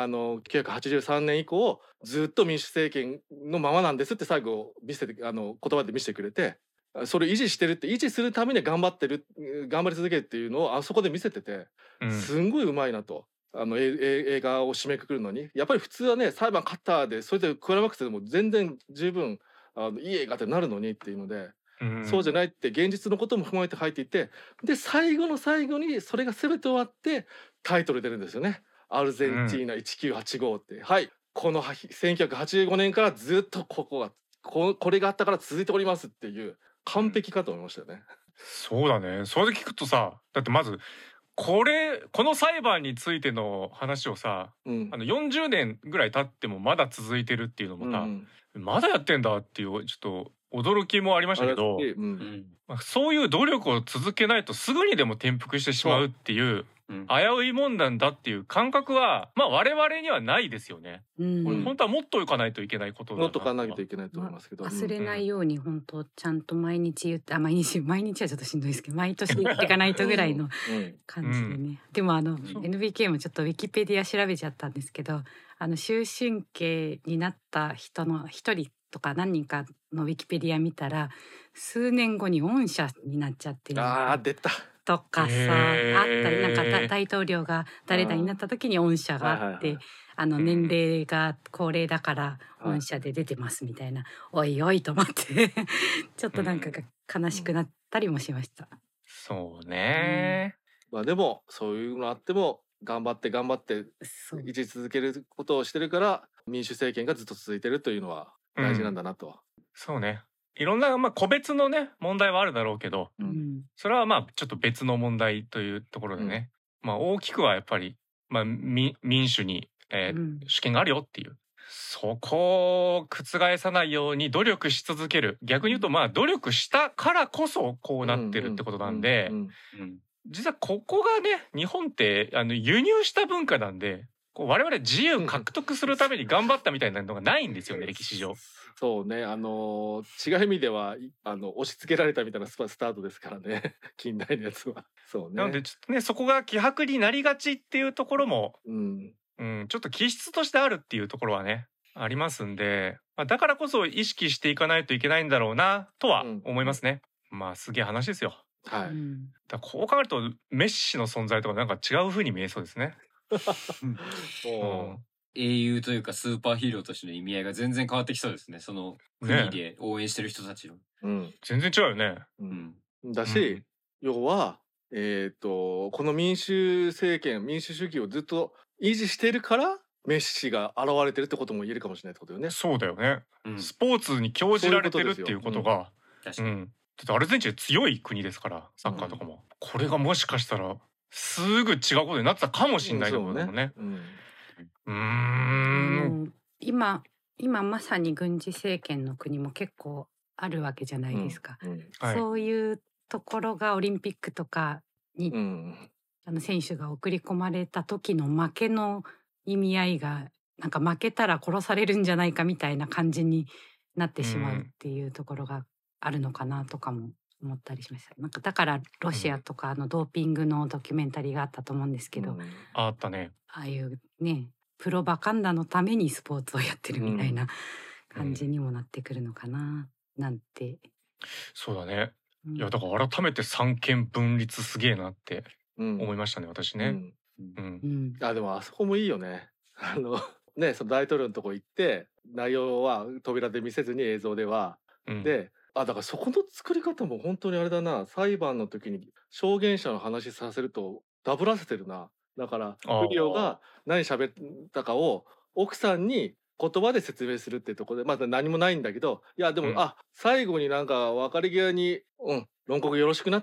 1983年以降ずっと民主政権のままなんですって最後見せて言葉で見せてくれて、それ維持してるって維持するために頑張り続けるっていうのをあそこで見せてて、すんごいうまいなと。映画を締めくくるのにやっぱり普通はね裁判勝ったでそれでクライマックスでも全然十分いい映画ってなるのにっていうので、そうじゃないって現実のことも踏まえて入っていて、で最後の最後にそれが全て終わってタイトル出るんですよね。アルゼンチーナ1985って、はい、この1985年からずっとこれがあったから続いておりますっていう完璧かと思いましたよね。 そうだね。それで聞くとさ、だってまずこの裁判についての話をさ、40年ぐらい経ってもまだ続いてるっていうのもさ、まだやってんだっていうちょっと驚きもありましたけど、そういう努力を続けないとすぐにでも転覆してしまうっていう危ういもんなんだっていう感覚は我々にはないですよね。本当はもっといかないといけないことだな。 もっといかないといけないと思いますけど、 忘れないように本当ちゃんと毎日言って毎日はちょっとしんどいですけど毎年言っていかないとぐらいの感じでね。でもNBK もちょっとウィキペディア調べちゃったんですけど、終身刑になった人の一人とか何人かのウィキペディア見たら数年後に恩赦になっちゃってる出たとかさ、あったりなんか大統領が誰々になった時に恩赦があって、年齢が高齢だから恩赦で出てますみたいな、おいおいと思ってちょっとなんか悲しくなったりもしました。 そうね、 でもそういうのあっても頑張って維持続けることをしてるから民主政権がずっと続いてるというのは大事なんだなと。 そうね。いろんな個別のね問題はあるだろうけど、それはちょっと別の問題というところでね、大きくはやっぱり民主に、主権があるよっていう、そこを覆さないように努力し続ける。逆に言うと努力したからこそこうなってるってことなんで、実はここがね日本って輸入した文化なんで、我々自由獲得するために頑張ったみたいなのがないんですよね歴史上。 そうね、違う意味では押し付けられたみたいなスタートですからね近代のやつは。そうね。 なのでちょっとねそこが希薄になりがちっていうところも、ちょっと気質としてあるっていうところはねありますんで、だからこそ意識していかないといけないんだろうなとは思いますね。すげえ話ですよ。 はい。 だこう考えるとメッシの存在とかなんか違う風に見えそうですね。 英雄というかスーパーヒーローとしての意味合いが全然変わってきそうですね。その国で応援してる人たちの、 全然違うよね。 だし、要はこの民主政権民主主義をずっと維持してるからメッシが現れてるってことも言えるかもしれないってことよね。 そうだよね、スポーツに興じられてるっていうことが、だってアルゼンチン強い国ですからサッカーとかも、これがもしかしたらすぐ違うことになってたかもしれないってことだもんね。 今まさに軍事政権の国も結構あるわけじゃないですか。そういうところがオリンピックとかに、選手が送り込まれた時の負けの意味合いがなんか負けたら殺されるんじゃないかみたいな感じになってしまうっていうところがあるのかなとかも思ったりしました。なんかだからロシアとかドーピングのドキュメンタリーがあったと思うんですけど、 あったね。 ああいうねプロパガンダのためにスポーツをやってるみたいな感じにもなってくるのかな、なんて。 そうだね。いやだから改めて三権分立すげえなって思いましたね、私ね。 でもあそこもいいよね。ね、その大統領のとこ行って内容は扉で見せずに映像では、でだからそこの作り方も本当にあれだな、裁判の時に証言者の話させるとダブらせてるな。だからフリオが何喋ったかを奥さんに言葉で説明するっていうところでまだ何もないんだけど、いやでも、最後になんか別れ際に論告よろしくなって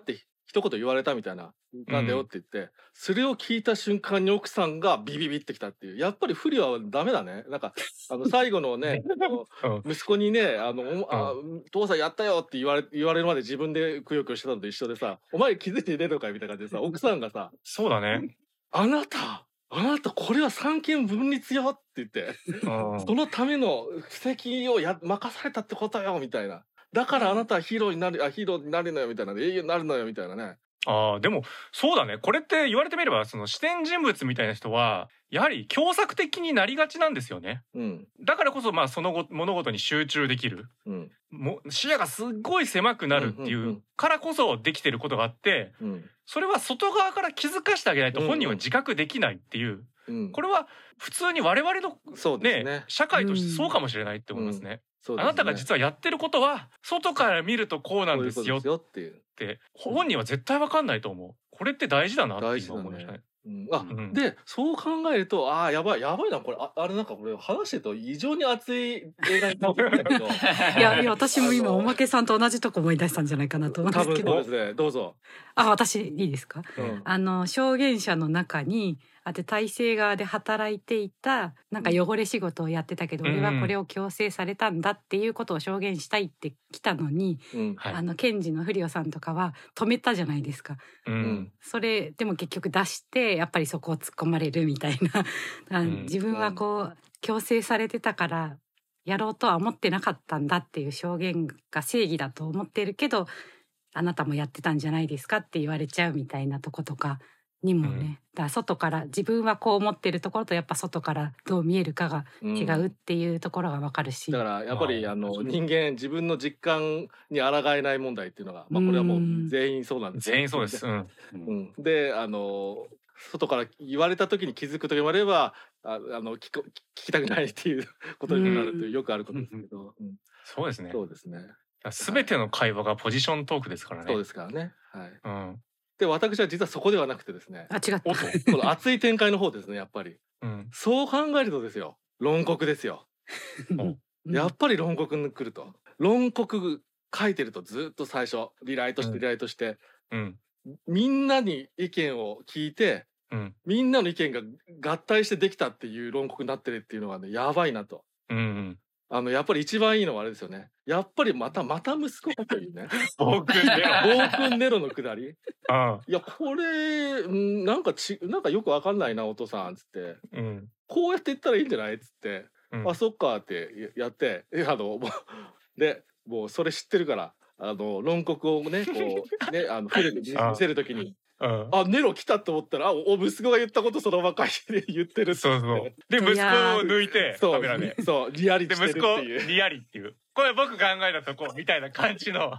一言言われたみたいななんだよって言って、それを聞いた瞬間に奥さんがビビビってきたっていう。やっぱり不利はダメだね。なんか最後のね息子にね父さんやったよって言われるまで自分でくよくよしてたのと一緒でさ、お前気づいてねえのかみたいな感じでさ、奥さんがさそうだね。 あなたこれは三権分立よって言ってそのための布石を任されたってことよみたいな。だからあなたはヒーローになるのよみたいな、英雄になるのよみたいなね。 でもそうだね。これって言われてみればその視点人物みたいな人はやはり狭窄的になりがちなんですよね。だからこそその物事に集中できる、視野がすっごい狭くなるっていうからこそできてることがあって、それは外側から気づかしてあげないと本人は自覚できないっていう、これは普通に我々のね社会としてそうかもしれないって思いますね。あなたが実はやってることは外から見るとこうなんですよって本人は絶対わかんないと思う。これって大事だなって今思いましたね。 でそう考えるとやばいなこれあれなんかこれ話してると異常に熱い映画になってるんだけどいや私も今おまけさんと同じとこ思い出したんじゃないかなと思うんですけど。 多分そうですね。どうぞ。 私いいですか。証言者の中に体制側で働いていたなんか汚れ仕事をやってたけど、俺はこれを強制されたんだっていうことを証言したいって来たのに、検事のフリオさんとかは止めたじゃないですか。それでも結局出してやっぱりそこを突っ込まれるみたいな自分はこう強制されてたからやろうとは思ってなかったんだっていう証言が正義だと思ってるけど、あなたもやってたんじゃないですかって言われちゃうみたいなとことかにもね、だから外から自分はこう思ってるところとやっぱ外からどう見えるかが違うっていうところが分かるし、 だからやっぱり人間自分の実感に抗えない問題っていうのが、これはもう全員そうなんです。 全員そうです。 で外から言われた時に気づく時もあれば聞きたくないっていうことになるというよくあることですけど、 そうですね。 そうですね。 全ての会話がポジショントークですからね。 そうですからね。で私は実はそこではなくてですね、 違ったこの熱い展開の方ですね。やっぱりそう考えるとですよ、論告ですよ。やっぱり論告に来ると、論告書いてるとずっと最初リライトしてみんなに意見を聞いて、みんなの意見が合体してできたっていう論告になってるっていうのがね、やばいなと。やっぱり一番いいのはあれですよね。やっぱりまた息子かというね。暴君ネロのくだり。いやこれなんかよくわかんないなお父さんっつって、こうやって言ったらいいんじゃないっつって、そっかってやってでもうそれ知ってるから論告をねこうねフルで見せるときに。ネロ来たと思ったら息子が言ったことそのままで言ってるって。 そうで息子を抜いてカメラでリアリしてるっていう。 息子リアリっていう、これ僕考えたとこみたいな感じの。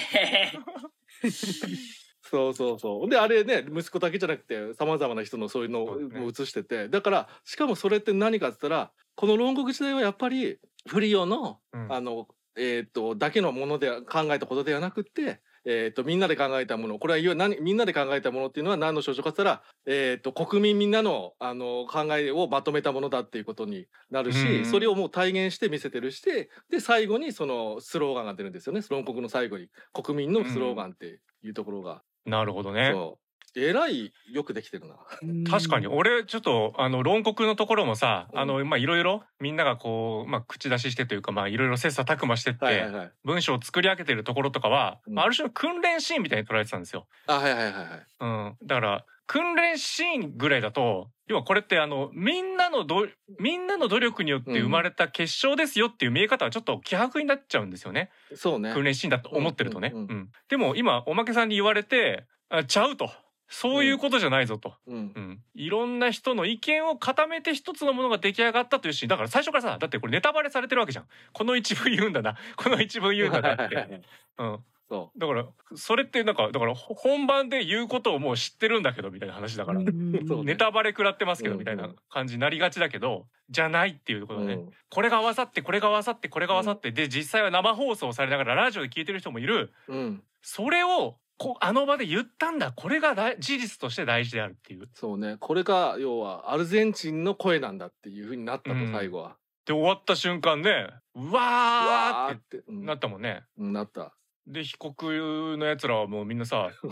そうであれね、息子だけじゃなくてさまざまな人のそういうのを映してて、だからしかもそれって何かって言ったら、この論告時代はやっぱりフリオのだけのもので考えたことではなくて、みんなで考えたもの、これはみんなで考えたものっていうのは何の象徴かって言ったら、国民みんなの考えをまとめたものだっていうことになるし、それをもう体現して見せてるし、で最後にそのスローガンが出るんですよね。論告の最後に国民のスローガンっていうところが。 なるほどね。 えらいよくできてるな。 確かに俺ちょっと論告のところもさ、いろいろみんながこう口出ししてというかいろいろ切磋琢磨してって文章を作り上げてるところとかは、ある種の訓練シーンみたいに捉えてたんですよ。だから訓練シーンぐらいだと、要はこれってみんなの努力によって生まれた結晶ですよっていう見え方はちょっと希薄になっちゃうんですよね。 そうね。 訓練シーンだと思ってるとね。でも今おまけさんに言われてちゃうと。そういうことじゃないぞと、いろんな人の意見を固めて一つのものが出来上がったというシーンだから、最初からさ、だってこれネタバレされてるわけじゃん。この一部言うんだな、この一部言うんだなって。だからそれってだから本番で言うことをもう知ってるんだけどみたいな話だから、ネタバレ食らってますけどみたいな感じになりがちだけど、じゃないっていうことね。これが合わさってこれが合わさってこれが合わさって、で実際は生放送されながらラジオで聞いてる人もいる。それをあの場で言ったんだ、これが事実として大事であるっていう。 そうね、これが要はアルゼンチンの声なんだっていう風になったと、最後は。 で終わった瞬間ね、うわーってなったもんね。 なった。 で被告のやつらはもうみんなさ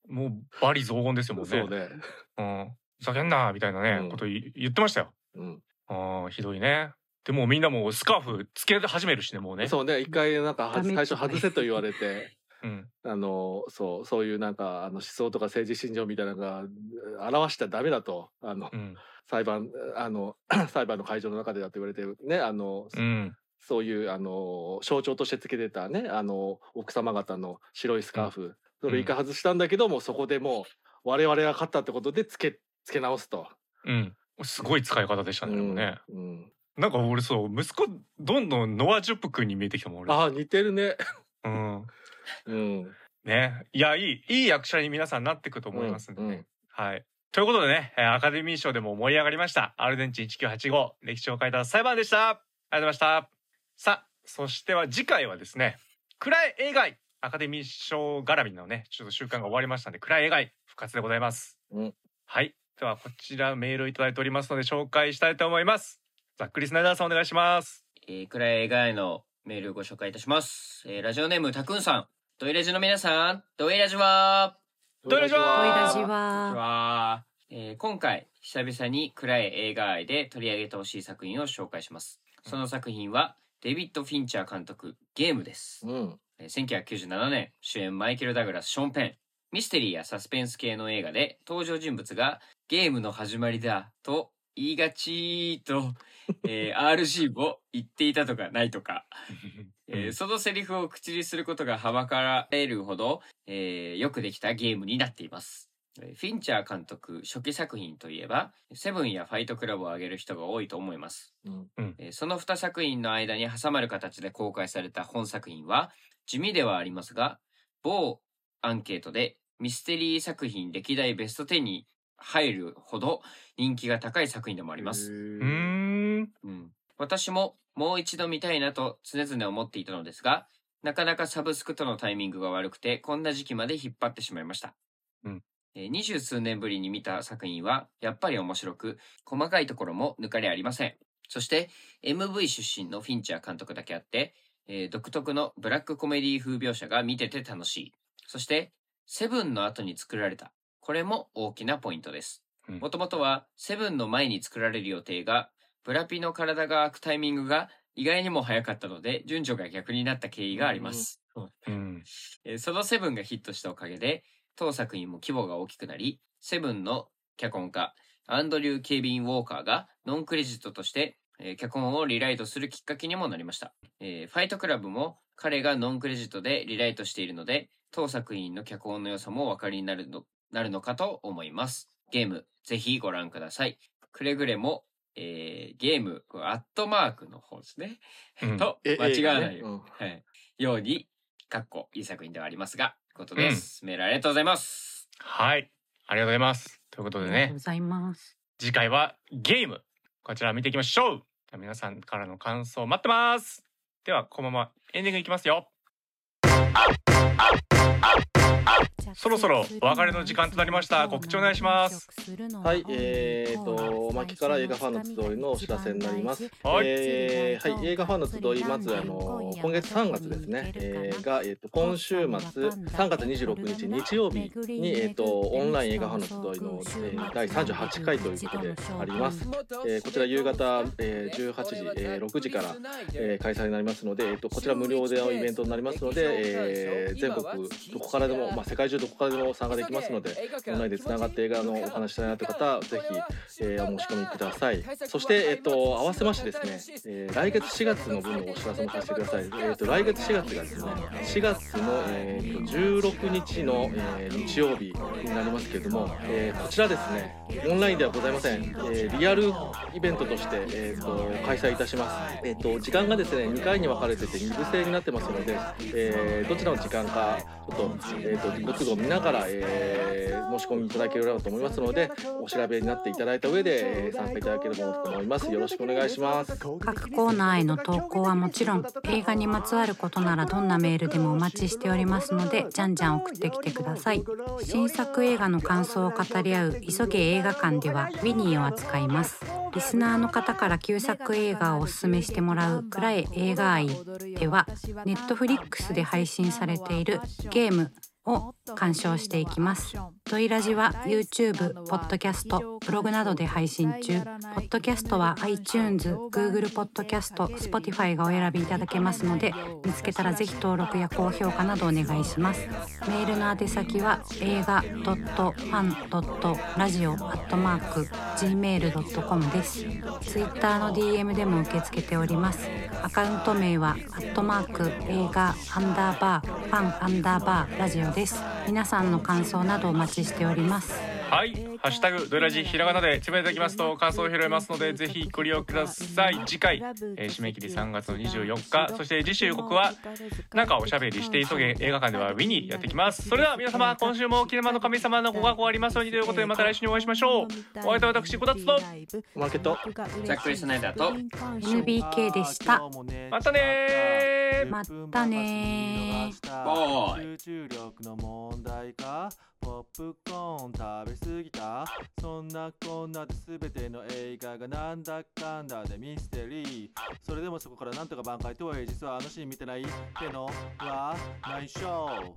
もうバリ雑言ですよもうね。 そうね。 ふざけんなみたいなね、こと言ってましたよ。ひどいね。でもうみんなもうスカーフつけ始めるしねもうね。 そうね、一回なんか最初外せと言われて。そういうなんか思想とか政治信条みたいなのが表したらダメだと裁判裁判の会場の中でだと言われてねそういう象徴としてつけてたね奥様方の白いスカーフ、それ一回外したんだけどもそこでもう我々が勝ったってことでつけ直すと。 すごい使い方でしたね。なんか俺そう息子どんどんノア・ジュプ君に見えてきたもん俺。 あ似てるね。 ね、いやいい役者に皆さんなっていくと思いますんでね。はい。ということでね、アカデミー賞でも盛り上がりましたアルゼンチン1985歴史を変えた裁判でした。ありがとうございました。さあ、そしては次回はですね、暗い映画アカデミー賞絡みのね、ちょっと週間が終わりましたんで、暗い映画復活でございます。はい。ではこちらメールをいただいておりますので紹介したいと思います。ざっくりスナイダーさんお願いします。 暗い映画へのメールをご紹介いたします。ラジオネームたくんさん。ドイラジの皆さん、ドイラジは。 ドイラジは。 ドイラジは。 今回久々に暗い映画愛で取り上げてほしい作品を紹介します。その作品はデビッド・フィンチャー監督ゲームです。1997年主演マイケル・ダグラス、ショーン・ペン。ミステリーやサスペンス系の映画で登場人物がゲームの始まりだと言いがちと、RG を言っていたとかないとか、そのセリフを口にすることがはばかられるほど、よくできたゲームになっています。フィンチャー監督初期作品といえばセブンやファイトクラブを挙げる人が多いと思います。その2作品の間に挟まる形で公開された本作品は地味ではありますが、某アンケートでミステリー作品歴代ベスト10に入るほど人気が高い作品でもあります。私ももう一度見たいなと常々思っていたのですが、なかなかサブスクとのタイミングが悪くてこんな時期まで引っ張ってしまいました。20数年ぶりに見た作品はやっぱり面白く、細かいところも抜かりありません。そして MV 出身のフィンチャー監督だけあって、独特のブラックコメディ風描写が見てて楽しい。そしてセブンの後に作られた、これも大きなポイントです。もともとはセブンの前に作られる予定が、ブラピの体が空くタイミングが意外にも早かったので順序が逆になった経緯があります。そのセブンがヒットしたおかげで当作品も規模が大きくなり、セブンの脚本家アンドリュー・ケイビン・ウォーカーがノンクレジットとして、脚本をリライトするきっかけにもなりました。ファイトクラブも彼がノンクレジットでリライトしているので、当作品の脚本の良さもお分かりになるのかと思います。ゲームぜひご覧ください。くれぐれも、ゲームアットマークの方ですね、と間違わないようにいい作品ではありますがことです。メールありがとうございます。 はい、ありがとうございます。ということでね、次回はゲーム、こちら見ていきましょう。皆さんからの感想待ってます。ではこのままエンディングいきますよ。そろそろお別れの時間となりました。告知お願いします。 はい、おまけから映画ファンの集いのお知らせになります。はい、映画ファンの集い、まず今月3月ですね、が今週末3月26日日曜日にオンライン映画ファンの集いの第38回ということであります。こちら夕方18時6時から開催になりますので、こちら無料でのイベントになりますので、全国どこからでも、世界中どこからでも参加できますので、オンラインでつながって映画のお話したいなという方はぜひ、お申し込みください。そして、合わせましてですね、来月4月の分のお知らせもさせてください。来月4月がですね、4月の、16日の、日曜日になりますけれども、こちらですね、オンラインではございません。リアルイベントとして、開催いたします。時間がですね、2回に分かれてて2部制になってますので、どちらの時間かちょっとご都合見ながら、申し込みいただければと思いますので、お調べになっていただいた上で、参加いただければと思います。よろしくお願いします。 各コーナーへの投稿はもちろん、映画にまつわることならどんなメールでもお待ちしておりますので、じゃんじゃん送ってきてください。新作映画の感想を語り合う急げ映画館ではウィニーを扱います。リスナーの方から旧作映画をおすすめしてもらう暗い映画愛では、ネットフリックスで配信されているゲームを鑑賞していきます。ドイラジは YouTube、ポッドキャスト、ブログなどで配信中。ポッドキャストは iTunes、Google ポッドキャスト、Spotify がお選びいただけますので、見つけたらぜひ登録や高評価などお願いします。メールの宛先は映画.fan.radio@gmail.com です。Twitter の DM でも受け付けております。アカウント名は映画_ファン_ラジオです。皆さんの感想などお待ちしております。 はい、ハッシュタグドイラジひらがなでつぶやいていただきますと感想を拾えますので、ぜひご利用ください。次回、締め切り3月の24日、そして次週予告はなんかおしゃべりして急げ映画館ではウィニーやってきます。それでは皆様、今週もキネマの神様のご加護ありますようにということで、また来週にお会いしましょう。お相手は私こたつとおまけとざっくりスナイダーと NBK でした。 またねまたねボーイ。 集中力の問題か、ポップコーン食べ過ぎた、そんなこんなで全ての映画がなんだかんだでミステリー。それでもそこからなんとか挽回とはいえ、実はあのシーン見てないってのは内緒。